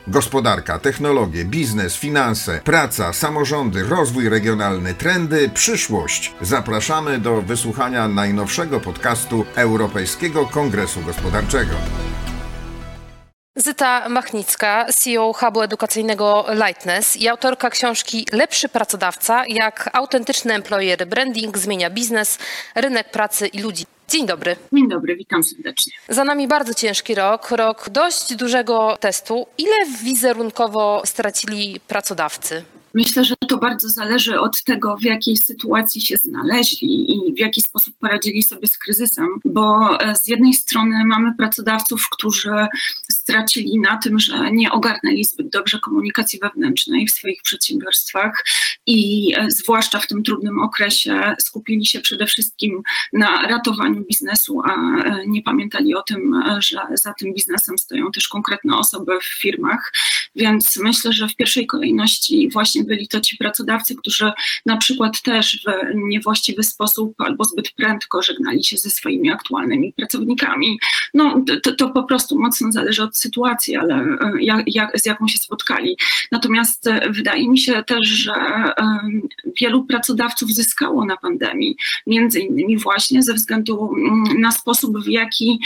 Gospodarka, technologie, biznes, finanse, praca, samorządy, rozwój regionalny, trendy, przyszłość. Zapraszamy do wysłuchania najnowszego podcastu Europejskiego Kongresu Gospodarczego. Zyta Machnicka, CEO hubu edukacyjnego Lightness i autorka książki Lepszy pracodawca, jak autentyczny employer branding zmienia biznes, rynek pracy i ludzi. Dzień dobry. Dzień dobry, witam serdecznie. Za nami bardzo ciężki rok dość dużego testu. Ile wizerunkowo stracili pracodawcy? Myślę, że to bardzo zależy od tego, w jakiej sytuacji się znaleźli i w jaki sposób poradzili sobie z kryzysem, bo z jednej strony mamy pracodawców, którzy stracili na tym, że nie ogarnęli zbyt dobrze komunikacji wewnętrznej w swoich przedsiębiorstwach i zwłaszcza w tym trudnym okresie skupili się przede wszystkim na ratowaniu biznesu, a nie pamiętali o tym, że za tym biznesem stoją też konkretne osoby w firmach, więc myślę, że w pierwszej kolejności właśnie byli to ci pracodawcy, którzy na przykład też w niewłaściwy sposób albo zbyt prędko żegnali się ze swoimi aktualnymi pracownikami. No, to po prostu mocno zależy od sytuacji, ale z jaką się spotkali. Natomiast wydaje mi się też, że wielu pracodawców zyskało na pandemii, między innymi właśnie ze względu na sposób, w jaki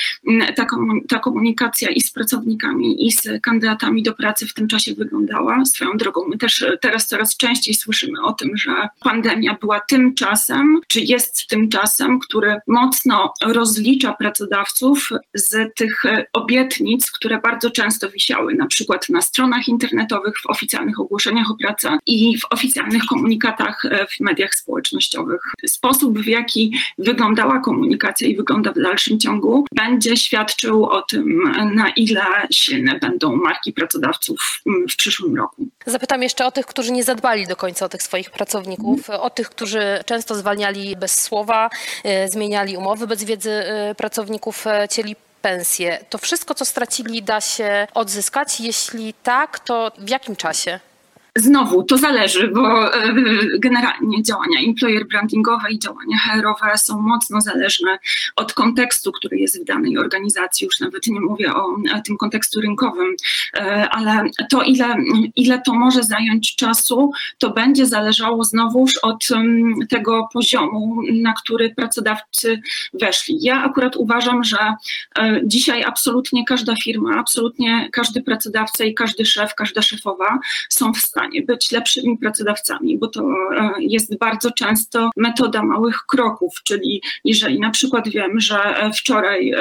ta komunikacja i z pracownikami, i z kandydatami do pracy w tym czasie wyglądała. Swoją drogą my też teraz coraz częściej słyszymy o tym, że pandemia była tym czasem, czy jest tym czasem, który mocno rozlicza pracodawców z tych obietnic, które bardzo często wisiały na przykład na stronach internetowych, w oficjalnych ogłoszeniach o pracę i w oficjalnych komunikatach w mediach społecznościowych. Sposób, w jaki wyglądała komunikacja i wygląda w dalszym ciągu, będzie świadczył o tym, na ile silne będą marki pracodawców w przyszłym roku. Zapytam jeszcze o tych, którzy nie zadbali do końca o tych swoich pracowników, o tych, którzy często zwalniali bez słowa, zmieniali umowy bez wiedzy pracowników, cięli pensje. To wszystko, co stracili, da się odzyskać? Jeśli tak, to w jakim czasie? Znowu, to zależy, bo generalnie działania employer brandingowe i działania HR-owe są mocno zależne od kontekstu, który jest w danej organizacji. Już nawet nie mówię o tym kontekstu rynkowym, ale to ile to może zająć czasu, to będzie zależało znowuż od tego poziomu, na który pracodawcy weszli. Ja akurat uważam, że dzisiaj absolutnie każda firma, absolutnie każdy pracodawca i każdy szef, każda szefowa są w stanie być lepszymi pracodawcami, bo to jest bardzo często metoda małych kroków, czyli jeżeli na przykład wiem, że wczoraj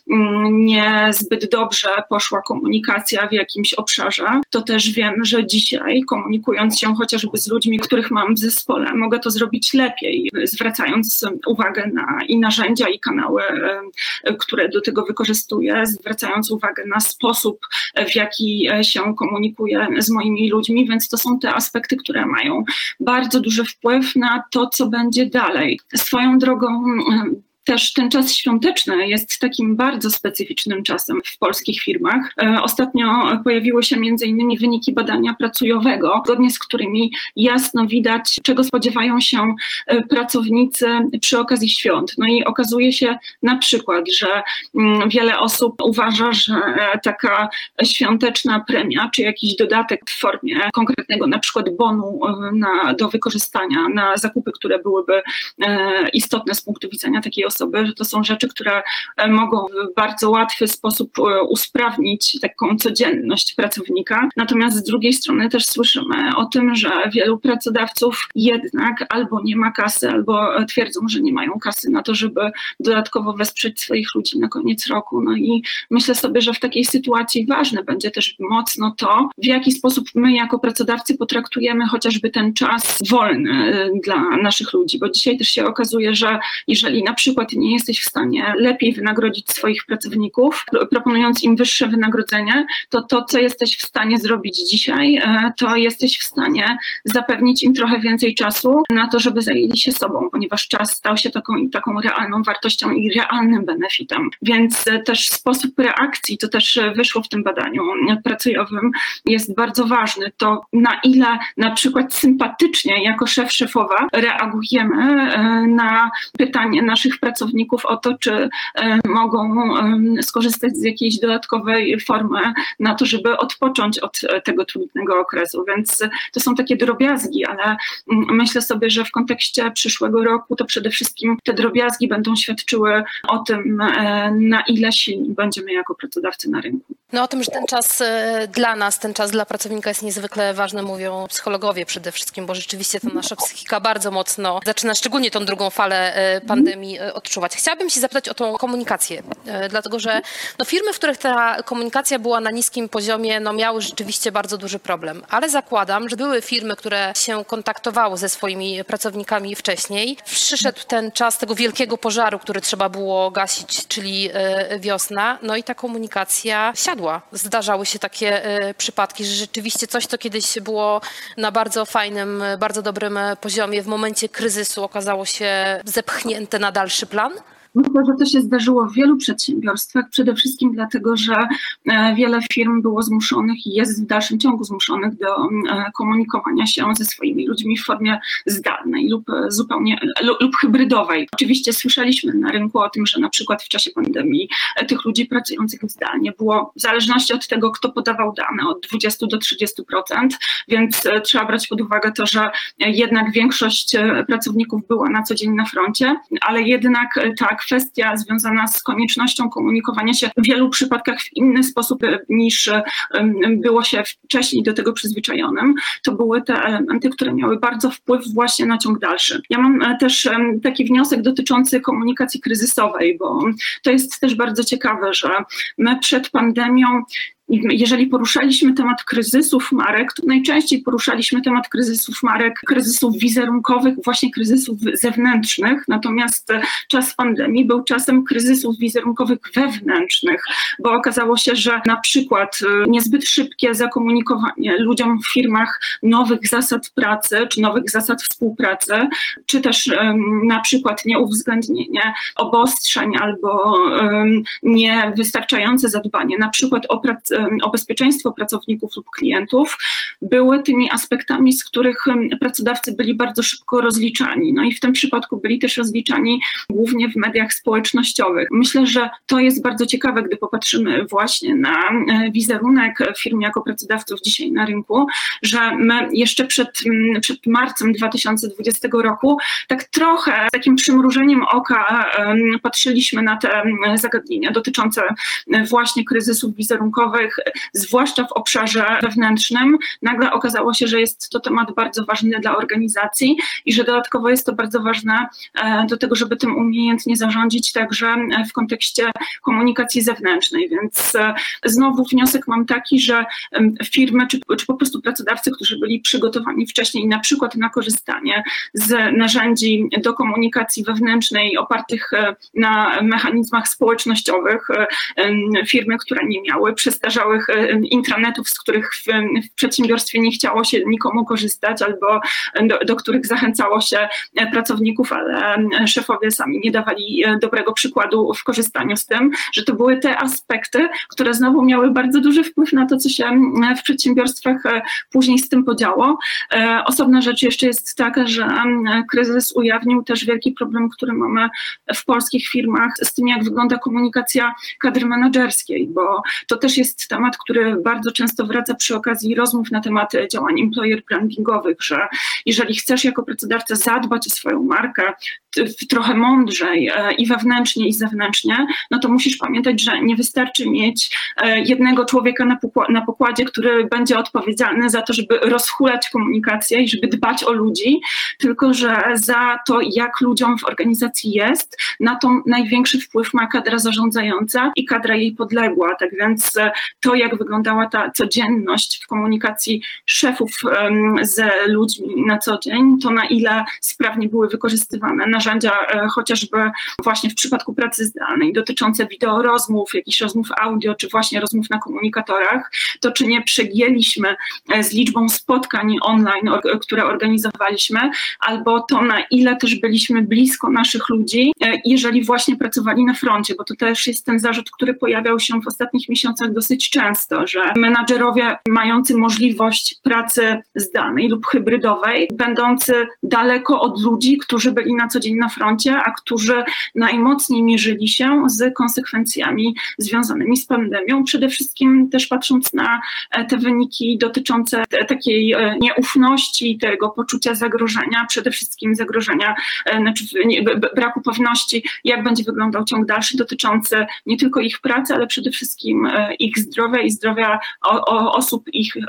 niezbyt dobrze poszła komunikacja w jakimś obszarze, to też wiem, że dzisiaj komunikując się chociażby z ludźmi, których mam w zespole, mogę to zrobić lepiej, zwracając uwagę na i narzędzia, i kanały, które do tego wykorzystuję, zwracając uwagę na sposób, w jaki się komunikuję z moimi ludźmi, więc to są te aspekty, które mają bardzo duży wpływ na to, co będzie dalej. Swoją drogą też ten czas świąteczny jest takim bardzo specyficznym czasem w polskich firmach. Ostatnio pojawiły się m.in. wyniki badania pracujowego, zgodnie z którymi jasno widać, czego spodziewają się pracownicy przy okazji świąt. No i okazuje się na przykład, że wiele osób uważa, że taka świąteczna premia, czy jakiś dodatek w formie konkretnego na przykład bonu do wykorzystania na zakupy, które byłyby istotne z punktu widzenia takiej osoby, że to są rzeczy, które mogą w bardzo łatwy sposób usprawnić taką codzienność pracownika. Natomiast z drugiej strony też słyszymy o tym, że wielu pracodawców jednak albo nie ma kasy, albo twierdzą, że nie mają kasy na to, żeby dodatkowo wesprzeć swoich ludzi na koniec roku. No i myślę sobie, że w takiej sytuacji ważne będzie też mocno to, w jaki sposób my jako pracodawcy potraktujemy chociażby ten czas wolny dla naszych ludzi, bo dzisiaj też się okazuje, że jeżeli na przykład nie jesteś w stanie lepiej wynagrodzić swoich pracowników, proponując im wyższe wynagrodzenie, to co jesteś w stanie zrobić dzisiaj, to jesteś w stanie zapewnić im trochę więcej czasu na to, żeby zajęli się sobą, ponieważ czas stał się taką realną wartością i realnym benefitem. Więc też sposób reakcji, to też wyszło w tym badaniu pracujowym, jest bardzo ważny. To na ile na przykład sympatycznie jako szef, szefowa reagujemy na pytanie naszych pracowników, pracowników o to, czy mogą skorzystać z jakiejś dodatkowej formy na to, żeby odpocząć od tego trudnego okresu. Więc to są takie drobiazgi, ale myślę sobie, że w kontekście przyszłego roku to przede wszystkim te drobiazgi będą świadczyły o tym, na ile silni będziemy jako pracodawcy na rynku. No o tym, że ten czas dla nas, ten czas dla pracownika jest niezwykle ważny, mówią psychologowie przede wszystkim, bo rzeczywiście ta nasza psychika bardzo mocno zaczyna szczególnie tą drugą falę pandemii odczuwać. Chciałabym się zapytać o tą komunikację, dlatego że firmy, w których ta komunikacja była na niskim poziomie, miały rzeczywiście bardzo duży problem, ale zakładam, że były firmy, które się kontaktowały ze swoimi pracownikami wcześniej. Przyszedł ten czas tego wielkiego pożaru, który trzeba było gasić, czyli wiosna, i ta komunikacja siadła. Zdarzały się takie przypadki, że rzeczywiście coś, co kiedyś było na bardzo fajnym, bardzo dobrym poziomie, w momencie kryzysu okazało się zepchnięte na dalszy plan? Myślę, że to się zdarzyło w wielu przedsiębiorstwach, przede wszystkim dlatego, że wiele firm było zmuszonych i jest w dalszym ciągu zmuszonych do komunikowania się ze swoimi ludźmi w formie zdalnej lub hybrydowej. Oczywiście słyszeliśmy na rynku o tym, że na przykład w czasie pandemii tych ludzi pracujących zdalnie było, w zależności od tego, kto podawał dane, od 20 do 30%, więc trzeba brać pod uwagę to, że jednak większość pracowników była na co dzień na froncie, ale jednak ta kwestia związana z koniecznością komunikowania się w wielu przypadkach w inny sposób niż było się wcześniej do tego przyzwyczajonym, to były te elementy, które miały bardzo wpływ właśnie na ciąg dalszy. Ja mam też taki wniosek dotyczący komunikacji kryzysowej, bo to jest też bardzo ciekawe, że my przed pandemią, jeżeli poruszaliśmy temat kryzysów marek, to najczęściej poruszaliśmy temat kryzysów marek, kryzysów wizerunkowych, właśnie kryzysów zewnętrznych, natomiast czas pandemii był czasem kryzysów wizerunkowych wewnętrznych, bo okazało się, że na przykład niezbyt szybkie zakomunikowanie ludziom w firmach nowych zasad pracy, czy nowych zasad współpracy, czy też na przykład nieuwzględnienie obostrzeń albo niewystarczające zadbanie na przykład o bezpieczeństwo pracowników lub klientów, były tymi aspektami, z których pracodawcy byli bardzo szybko rozliczani. I w tym przypadku byli też rozliczani głównie w mediach społecznościowych. Myślę, że to jest bardzo ciekawe, gdy popatrzymy właśnie na wizerunek firm jako pracodawców dzisiaj na rynku, że my jeszcze przed marcem 2020 roku tak trochę z takim przymrużeniem oka patrzyliśmy na te zagadnienia dotyczące właśnie kryzysów wizerunkowych, zwłaszcza w obszarze wewnętrznym. Nagle okazało się, że jest to temat bardzo ważny dla organizacji i że dodatkowo jest to bardzo ważne do tego, żeby tym umiejętnie zarządzić także w kontekście komunikacji zewnętrznej. Więc znowu wniosek mam taki, że firmy czy po prostu pracodawcy, którzy byli przygotowani wcześniej na przykład na korzystanie z narzędzi do komunikacji wewnętrznej opartych na mechanizmach społecznościowych, firmy, które nie miały przestarzałych intranetów, z których w przedsiębiorstwie nie chciało się nikomu korzystać albo do których zachęcało się pracowników, ale szefowie sami nie dawali dobrego przykładu w korzystaniu z tym, że to były te aspekty, które znowu miały bardzo duży wpływ na to, co się w przedsiębiorstwach później z tym podziało. Osobna rzecz jeszcze jest taka, że kryzys ujawnił też wielki problem, który mamy w polskich firmach z tym, jak wygląda komunikacja kadry menedżerskiej, bo to też jest temat, który bardzo często wraca przy okazji rozmów na temat działań employer brandingowych, że jeżeli chcesz jako pracodawca zadbać o swoją markę trochę mądrzej i wewnętrznie i zewnętrznie, to musisz pamiętać, że nie wystarczy mieć jednego człowieka na pokładzie, który będzie odpowiedzialny za to, żeby rozhulać komunikację i żeby dbać o ludzi, tylko że za to, jak ludziom w organizacji jest, na to największy wpływ ma kadra zarządzająca i kadra jej podległa. Tak więc to, jak wyglądała ta codzienność w komunikacji szefów z ludźmi na co dzień, to na ile sprawnie były wykorzystywane narzędzia, chociażby właśnie w przypadku pracy zdalnej, dotyczące wideorozmów, jakichś rozmów audio, czy właśnie rozmów na komunikatorach, to czy nie przegięliśmy z liczbą spotkań online, które organizowaliśmy, albo to na ile też byliśmy blisko naszych ludzi, jeżeli właśnie pracowali na froncie, bo to też jest ten zarzut, który pojawiał się w ostatnich miesiącach dosyć dosyć często, że menadżerowie mający możliwość pracy zdalnej lub hybrydowej, będący daleko od ludzi, którzy byli na co dzień na froncie, a którzy najmocniej mierzyli się z konsekwencjami związanymi z pandemią, przede wszystkim też patrząc na te wyniki dotyczące takiej nieufności, tego poczucia zagrożenia, przede wszystkim zagrożenia, znaczy braku pewności, jak będzie wyglądał ciąg dalszy dotyczący nie tylko ich pracy, ale przede wszystkim ich zdrowia i zdrowia osób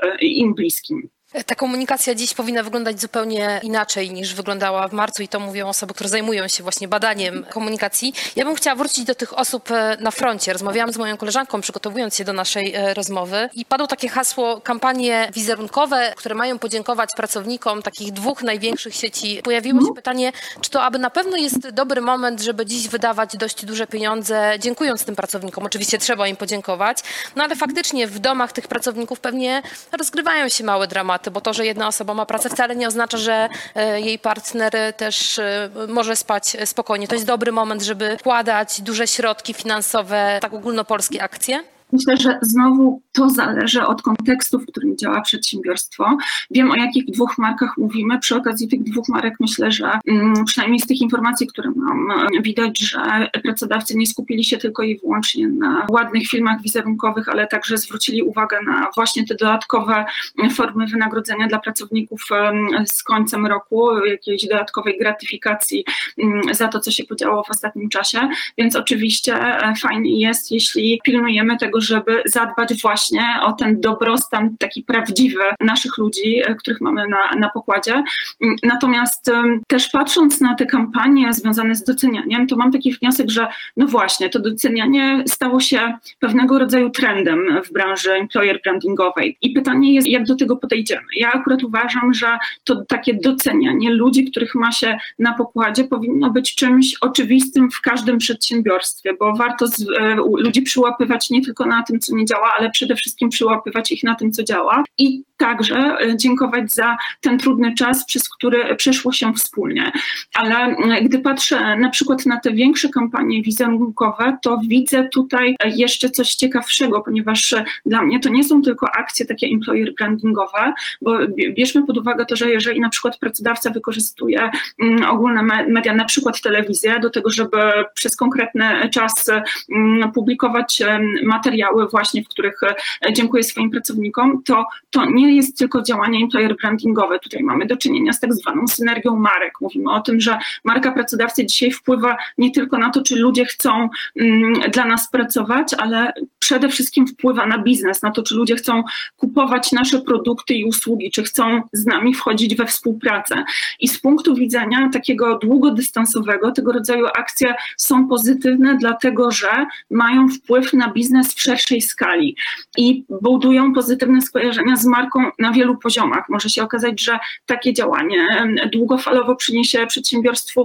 im bliskim. Ta komunikacja dziś powinna wyglądać zupełnie inaczej niż wyglądała w marcu i to mówią osoby, które zajmują się właśnie badaniem komunikacji. Ja bym chciała wrócić do tych osób na froncie. Rozmawiałam z moją koleżanką, przygotowując się do naszej rozmowy i padło takie hasło, kampanie wizerunkowe, które mają podziękować pracownikom takich 2 największych sieci. Pojawiło się pytanie, czy to aby na pewno jest dobry moment, żeby dziś wydawać dość duże pieniądze, dziękując tym pracownikom. Oczywiście trzeba im podziękować, no ale faktycznie w domach tych pracowników pewnie rozgrywają się małe dramaty, bo to, że jedna osoba ma pracę, wcale nie oznacza, że jej partner też może spać spokojnie. To jest dobry moment, żeby wkładać duże środki finansowe, tak ogólnopolskie akcje? Myślę, że znowu to zależy od kontekstu, w którym działa przedsiębiorstwo. Wiem, o jakich 2 markach mówimy. Przy okazji tych 2 marek myślę, że przynajmniej z tych informacji, które mam, widać, że pracodawcy nie skupili się tylko i wyłącznie na ładnych filmach wizerunkowych, ale także zwrócili uwagę na właśnie te dodatkowe formy wynagrodzenia dla pracowników z końcem roku, jakiejś dodatkowej gratyfikacji za to, co się podziało w ostatnim czasie. Więc oczywiście fajnie jest, jeśli pilnujemy tego, żeby zadbać właśnie o ten dobrostan taki prawdziwy naszych ludzi, których mamy na pokładzie. Natomiast też patrząc na te kampanie związane z docenianiem, to mam taki wniosek, że no właśnie, to docenianie stało się pewnego rodzaju trendem w branży employer brandingowej. I pytanie jest, jak do tego podejdziemy. Ja akurat uważam, że to takie docenianie ludzi, których ma się na pokładzie, powinno być czymś oczywistym w każdym przedsiębiorstwie, bo warto ludzi przyłapywać nie tylko na tym, co nie działa, ale przede wszystkim przyłapywać ich na tym, co działa i także dziękować za ten trudny czas, przez który przeszło się wspólnie. Ale gdy patrzę na przykład na te większe kampanie wizerunkowe, to widzę tutaj jeszcze coś ciekawszego, ponieważ dla mnie to nie są tylko akcje takie employer brandingowe, bo bierzmy pod uwagę to, że jeżeli na przykład pracodawca wykorzystuje ogólne media, na przykład telewizję, do tego, żeby przez konkretny czas publikować materiały właśnie, w których dziękuję swoim pracownikom, to nie jest tylko działanie employer brandingowe. Tutaj mamy do czynienia z tak zwaną synergią marek. Mówimy o tym, że marka pracodawcy dzisiaj wpływa nie tylko na to, czy ludzie chcą dla nas pracować, ale przede wszystkim wpływa na biznes, na to, czy ludzie chcą kupować nasze produkty i usługi, czy chcą z nami wchodzić we współpracę. I z punktu widzenia takiego długodystansowego tego rodzaju akcje są pozytywne, dlatego że mają wpływ na biznes w szerszej skali i budują pozytywne skojarzenia z marką na wielu poziomach. Może się okazać, że takie działanie długofalowo przyniesie przedsiębiorstwu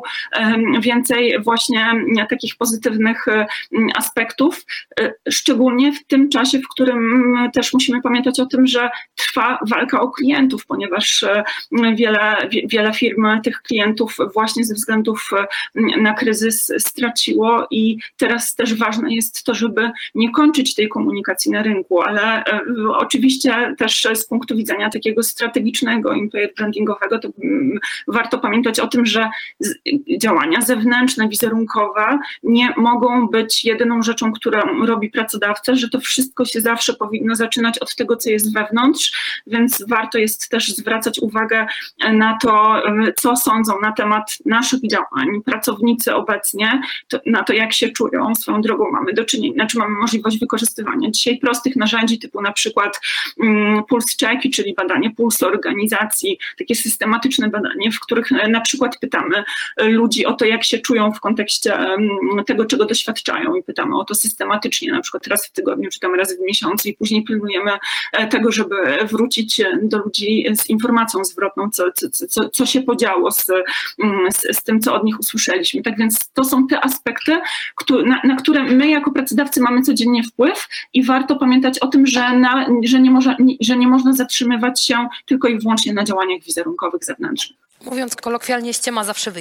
więcej właśnie takich pozytywnych aspektów, szczególnie w tym czasie, w którym też musimy pamiętać o tym, że trwa walka o klientów, ponieważ wiele firm tych klientów właśnie ze względów na kryzys straciło i teraz też ważne jest to, żeby nie kończyć tej komunikacji na rynku, ale oczywiście też z punktu widzenia takiego strategicznego, employer brandingowego, to warto pamiętać o tym, że działania zewnętrzne, wizerunkowe nie mogą być jedyną rzeczą, którą robi pracodawca, że to wszystko się zawsze powinno zaczynać od tego, co jest wewnątrz, więc warto jest też zwracać uwagę na to, co sądzą na temat naszych działań pracownicy obecnie, na to, jak się czują. Swoją drogą mamy do czynienia, mamy możliwość wykorzystywania dzisiaj prostych narzędzi typu na przykład pulse checki, czyli badanie pulsu organizacji, takie systematyczne badanie, w których na przykład pytamy ludzi o to, jak się czują w kontekście tego, czego doświadczają i pytamy o to systematycznie, na przykład raz w tygodniu, czy tam raz w miesiącu i później pilnujemy tego, żeby wrócić do ludzi z informacją zwrotną, co się podziało z tym, co od nich usłyszeliśmy. Tak więc to są te aspekty, na które my jako pracodawcy mamy codziennie wpływ i warto pamiętać o tym, że nie można zatrzymywać się tylko i wyłącznie na działaniach wizerunkowych zewnętrznych. Mówiąc kolokwialnie, ściema zawsze wyjdzie.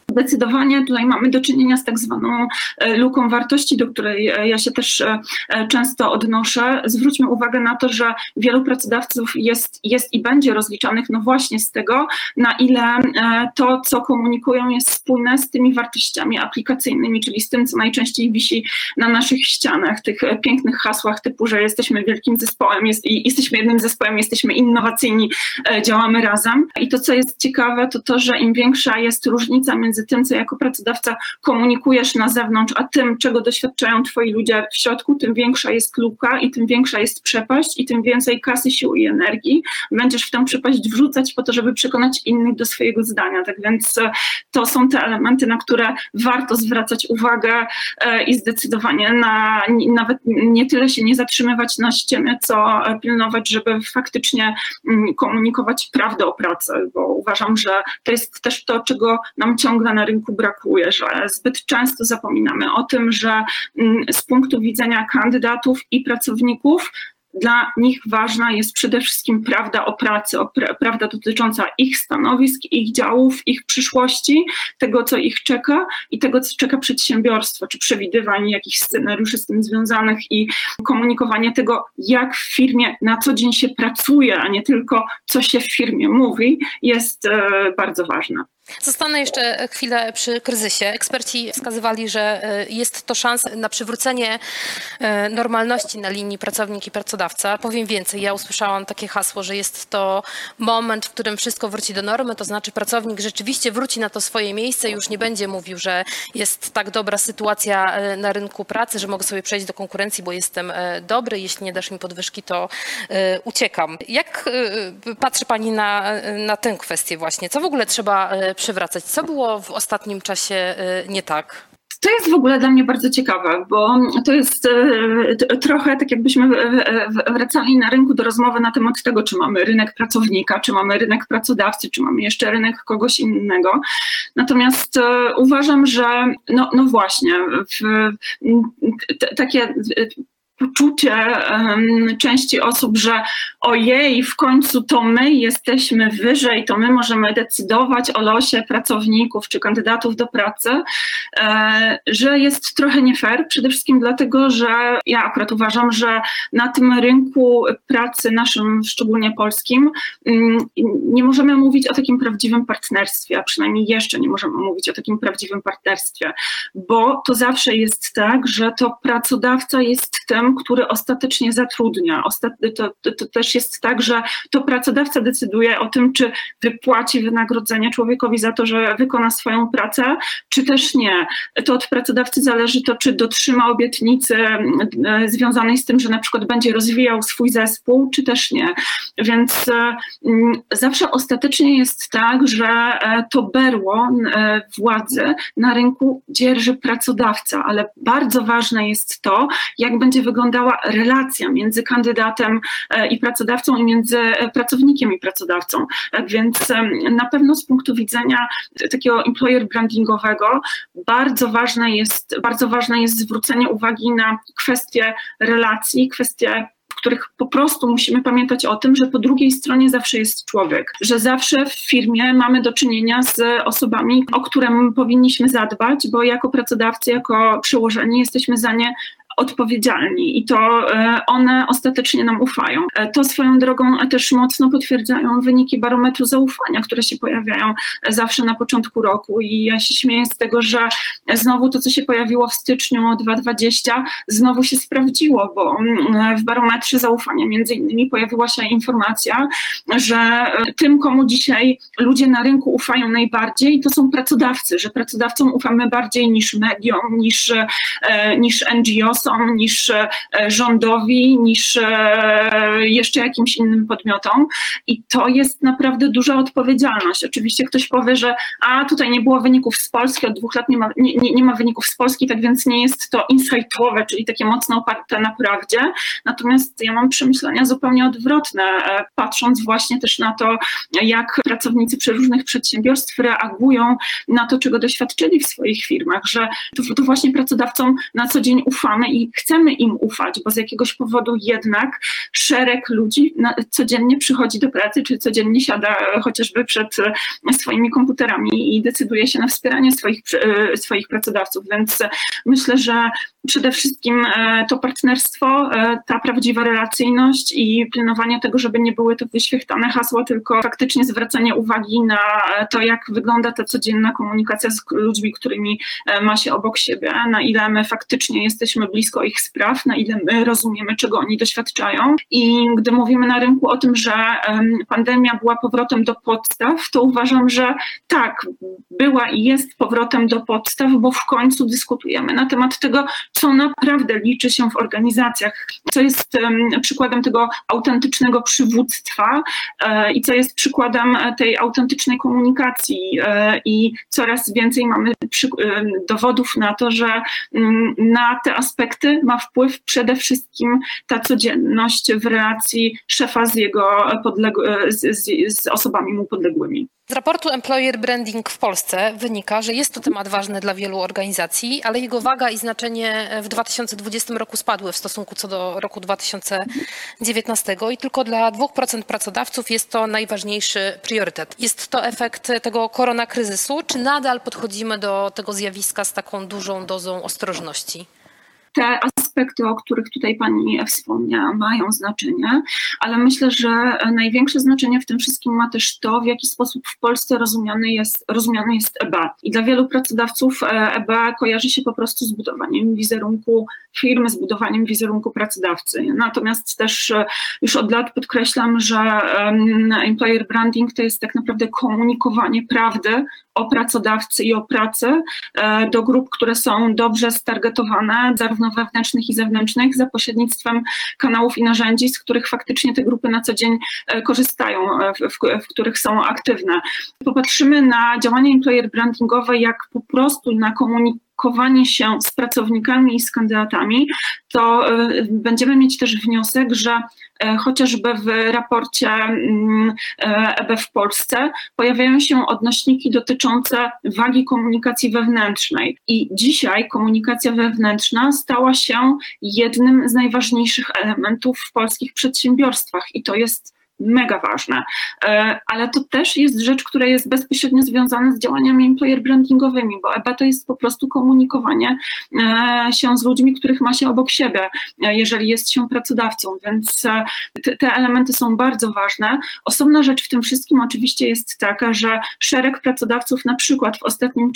Zdecydowanie tutaj mamy do czynienia z tak zwaną luką wartości, do której ja się też często odnoszę. Zwróćmy uwagę na to, że wielu pracodawców jest i będzie rozliczanych no właśnie z tego, na ile to, co komunikują, jest spójne z tymi wartościami aplikacyjnymi, czyli z tym, co najczęściej wisi na naszych ścianach, tych pięknych hasłach typu, że jesteśmy wielkim zespołem, jesteśmy jednym zespołem, jesteśmy innowacyjni, działamy razem. I to, co jest ciekawe, to to, że im większa jest różnica między tym, co jako pracodawca komunikujesz na zewnątrz, a tym, czego doświadczają twoi ludzie w środku, tym większa jest luka i tym większa jest przepaść i tym więcej kasy, sił i energii będziesz w tę przepaść wrzucać po to, żeby przekonać innych do swojego zdania. Tak więc to są te elementy, na które warto zwracać uwagę i zdecydowanie nawet nie tyle się nie zatrzymywać na ściemie, co pilnować, żeby faktycznie komunikować prawdę o pracy, bo uważam, że to jest też to, czego nam ciągle na rynku brakuje, że zbyt często zapominamy o tym, że z punktu widzenia kandydatów i pracowników dla nich ważna jest przede wszystkim prawda o pracy, prawda dotycząca ich stanowisk, ich działów, ich przyszłości, tego, co ich czeka i tego, co czeka przedsiębiorstwo, czy przewidywanie jakichś scenariuszy z tym związanych i komunikowanie tego, jak w firmie na co dzień się pracuje, a nie tylko co się w firmie mówi, jest bardzo ważne. Zostanę jeszcze chwilę przy kryzysie. Eksperci wskazywali, że jest to szansa na przywrócenie normalności na linii pracownik i pracodawca. Powiem więcej, ja usłyszałam takie hasło, że jest to moment, w którym wszystko wróci do normy, to znaczy pracownik rzeczywiście wróci na to swoje miejsce i już nie będzie mówił, że jest tak dobra sytuacja na rynku pracy, że mogę sobie przejść do konkurencji, bo jestem dobry, jeśli nie dasz mi podwyżki, to uciekam. Jak patrzy Pani na tę kwestię właśnie? Co w ogóle trzeba przywracać? Co było w ostatnim czasie nie tak? To jest w ogóle dla mnie bardzo ciekawe, bo to jest trochę tak jakbyśmy wracali na rynku do rozmowy na temat tego, czy mamy rynek pracownika, czy mamy rynek pracodawcy, czy mamy jeszcze rynek kogoś innego. Natomiast uważam, że no właśnie, takie poczucie części osób, że ojej, w końcu to my jesteśmy wyżej, to my możemy decydować o losie pracowników czy kandydatów do pracy, że jest trochę nie fair. Przede wszystkim dlatego, że ja akurat uważam, że na tym rynku pracy naszym, szczególnie polskim, nie możemy mówić o takim prawdziwym partnerstwie, a przynajmniej jeszcze nie możemy mówić o takim prawdziwym partnerstwie, bo to zawsze jest tak, że to pracodawca jest tym, który ostatecznie zatrudnia. To też jest tak, że to pracodawca decyduje o tym, czy wypłaci wynagrodzenie człowiekowi za to, że wykona swoją pracę, czy też nie. To od pracodawcy zależy to, czy dotrzyma obietnicy związanej z tym, że na przykład będzie rozwijał swój zespół, czy też nie. Więc zawsze ostatecznie jest tak, że to berło władzy na rynku dzierży pracodawca, ale bardzo ważne jest to, jak będzie wyglądała relacja między kandydatem i pracodawcą i między pracownikiem i pracodawcą. Tak więc na pewno z punktu widzenia takiego employer brandingowego bardzo ważne jest zwrócenie uwagi na kwestie relacji, kwestie, w których po prostu musimy pamiętać o tym, że po drugiej stronie zawsze jest człowiek, że zawsze w firmie mamy do czynienia z osobami, o które powinniśmy zadbać, bo jako pracodawcy, jako przełożeni jesteśmy za nie odpowiedzialni i to one ostatecznie nam ufają. To swoją drogą też mocno potwierdzają wyniki barometru zaufania, które się pojawiają zawsze na początku roku i ja się śmieję z tego, że znowu to, co się pojawiło w styczniu 2020, znowu się sprawdziło, bo w barometrze zaufania między innymi pojawiła się informacja, że tym, komu dzisiaj ludzie na rynku ufają najbardziej, to są pracodawcy, że pracodawcom ufamy bardziej niż mediom, niż NGOs, niż rządowi, niż jeszcze jakimś innym podmiotom i to jest naprawdę duża odpowiedzialność. Oczywiście ktoś powie, że tutaj nie było wyników z Polski, od 2 lat nie ma wyników z Polski, tak więc nie jest to insightowe, czyli takie mocno oparte na prawdzie, natomiast ja mam przemyślenia zupełnie odwrotne, patrząc właśnie też na to, jak pracownicy przeróżnych przedsiębiorstw reagują na to, czego doświadczyli w swoich firmach, że to właśnie pracodawcom na co dzień ufamy i chcemy im ufać, bo z jakiegoś powodu jednak szereg ludzi codziennie przychodzi do pracy, czy codziennie siada chociażby przed swoimi komputerami i decyduje się na wspieranie swoich pracodawców, więc myślę, że przede wszystkim to partnerstwo, ta prawdziwa relacyjność i pilnowanie tego, żeby nie były to wyświechtane hasła, tylko faktycznie zwracanie uwagi na to, jak wygląda ta codzienna komunikacja z ludźmi, którymi ma się obok siebie, na ile my faktycznie jesteśmy blisko ich spraw, na ile my rozumiemy, czego oni doświadczają. I gdy mówimy na rynku o tym, że pandemia była powrotem do podstaw, to uważam, że tak, była i jest powrotem do podstaw, bo w końcu dyskutujemy na temat tego, co naprawdę liczy się w organizacjach, co jest przykładem tego autentycznego przywództwa i co jest przykładem tej autentycznej komunikacji i coraz więcej mamy dowodów na to, że na te aspekty ma wpływ przede wszystkim ta codzienność w relacji szefa z osobami mu podległymi. Z raportu Employer Branding w Polsce wynika, że jest to temat ważny dla wielu organizacji, ale jego waga i znaczenie w 2020 roku spadły w stosunku co do roku 2019 i tylko dla 2% pracodawców jest to najważniejszy priorytet. Jest to efekt tego koronakryzysu, czy nadal podchodzimy do tego zjawiska z taką dużą dozą ostrożności? Te aspekty, o których tutaj pani wspomniała, mają znaczenie, ale myślę, że największe znaczenie w tym wszystkim ma też to, w jaki sposób w Polsce rozumiany jest EB. I dla wielu pracodawców EB kojarzy się po prostu z budowaniem wizerunku firmy, z budowaniem wizerunku pracodawcy. Natomiast też już od lat podkreślam, że employer branding to jest tak naprawdę komunikowanie prawdy o pracodawcy i o pracy do grup, które są dobrze stargetowane, zarówno wewnętrznych i zewnętrznych, za pośrednictwem kanałów i narzędzi, z których faktycznie te grupy na co dzień korzystają, w których są aktywne. Popatrzymy na działania employer brandingowe jak po prostu na komunikowanie się z pracownikami i z kandydatami, to będziemy mieć też wniosek, że chociażby w raporcie EB w Polsce pojawiają się odnośniki dotyczące wagi komunikacji wewnętrznej. I dzisiaj komunikacja wewnętrzna stała się jednym z najważniejszych elementów w polskich przedsiębiorstwach i to jest mega ważne, ale to też jest rzecz, która jest bezpośrednio związana z działaniami employer brandingowymi, bo EB to jest po prostu komunikowanie się z ludźmi, których ma się obok siebie, jeżeli jest się pracodawcą, więc te elementy są bardzo ważne. Osobna rzecz w tym wszystkim oczywiście jest taka, że szereg pracodawców na przykład w ostatnim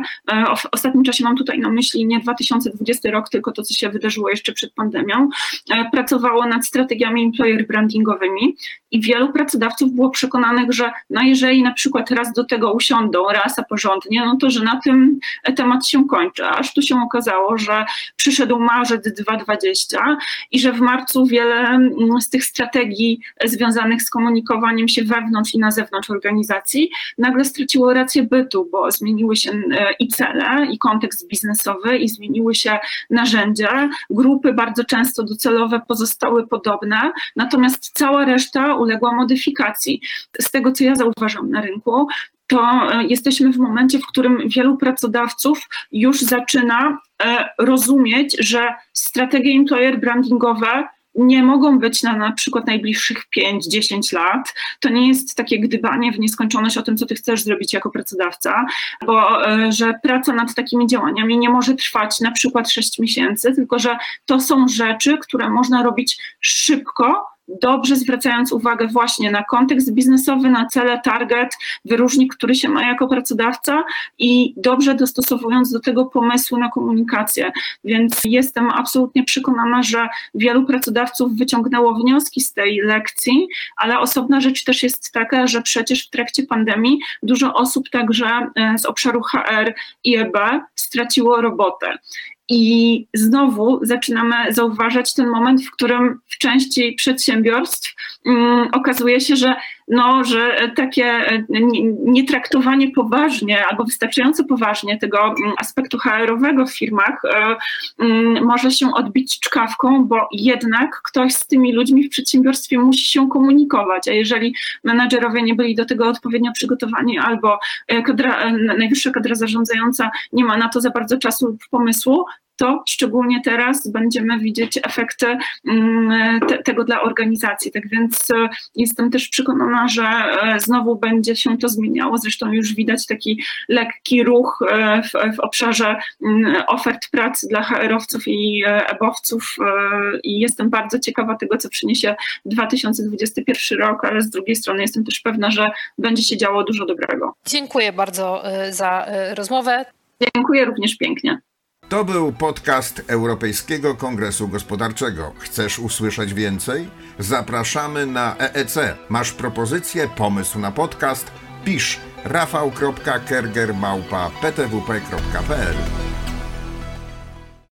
czasie mam tutaj na myśli nie 2020 rok, tylko to, co się wydarzyło jeszcze przed pandemią, pracowało nad strategiami employer brandingowymi. I wielu pracodawców było przekonanych, że no jeżeli na przykład raz do tego usiądą, raz a porządnie, no to że na tym temat się kończy. Aż tu się okazało, że przyszedł marzec 2020 i że w marcu wiele z tych strategii związanych z komunikowaniem się wewnątrz i na zewnątrz organizacji nagle straciło rację bytu, bo zmieniły się i cele, i kontekst biznesowy, i zmieniły się narzędzia. Grupy bardzo często docelowe pozostały podobne, natomiast cała reszta uległa modyfikacji. Z tego, co ja zauważam na rynku, to jesteśmy w momencie, w którym wielu pracodawców już zaczyna rozumieć, że strategie employer brandingowe nie mogą być na przykład najbliższych 5-10 lat. To nie jest takie gdybanie w nieskończoność o tym, co ty chcesz zrobić jako pracodawca, bo że praca nad takimi działaniami nie może trwać na przykład 6 miesięcy, tylko że to są rzeczy, które można robić szybko, dobrze zwracając uwagę właśnie na kontekst biznesowy, na cele, target, wyróżnik, który się ma jako pracodawca i dobrze dostosowując do tego pomysłu na komunikację. Więc jestem absolutnie przekonana, że wielu pracodawców wyciągnęło wnioski z tej lekcji, ale osobna rzecz też jest taka, że przecież w trakcie pandemii dużo osób także z obszaru HR i EB straciło robotę. I znowu zaczynamy zauważać ten moment, w którym w części przedsiębiorstw okazuje się, że takie nietraktowanie poważnie albo wystarczająco poważnie tego aspektu HR-owego w firmach może się odbić czkawką, bo jednak ktoś z tymi ludźmi w przedsiębiorstwie musi się komunikować, a jeżeli menadżerowie nie byli do tego odpowiednio przygotowani albo najwyższa kadra zarządzająca nie ma na to za bardzo czasu lub pomysłu, to szczególnie teraz będziemy widzieć efekty tego dla organizacji. Tak więc jestem też przekonana, że znowu będzie się to zmieniało. Zresztą już widać taki lekki ruch w obszarze ofert pracy dla HR-owców i EB-owców i jestem bardzo ciekawa tego, co przyniesie 2021 rok, ale z drugiej strony jestem też pewna, że będzie się działo dużo dobrego. Dziękuję bardzo za rozmowę. Dziękuję również pięknie. To był podcast Europejskiego Kongresu Gospodarczego. Chcesz usłyszeć więcej? Zapraszamy na EEC. Masz propozycję, pomysł na podcast? Pisz rafał.kerger@ptwp.pl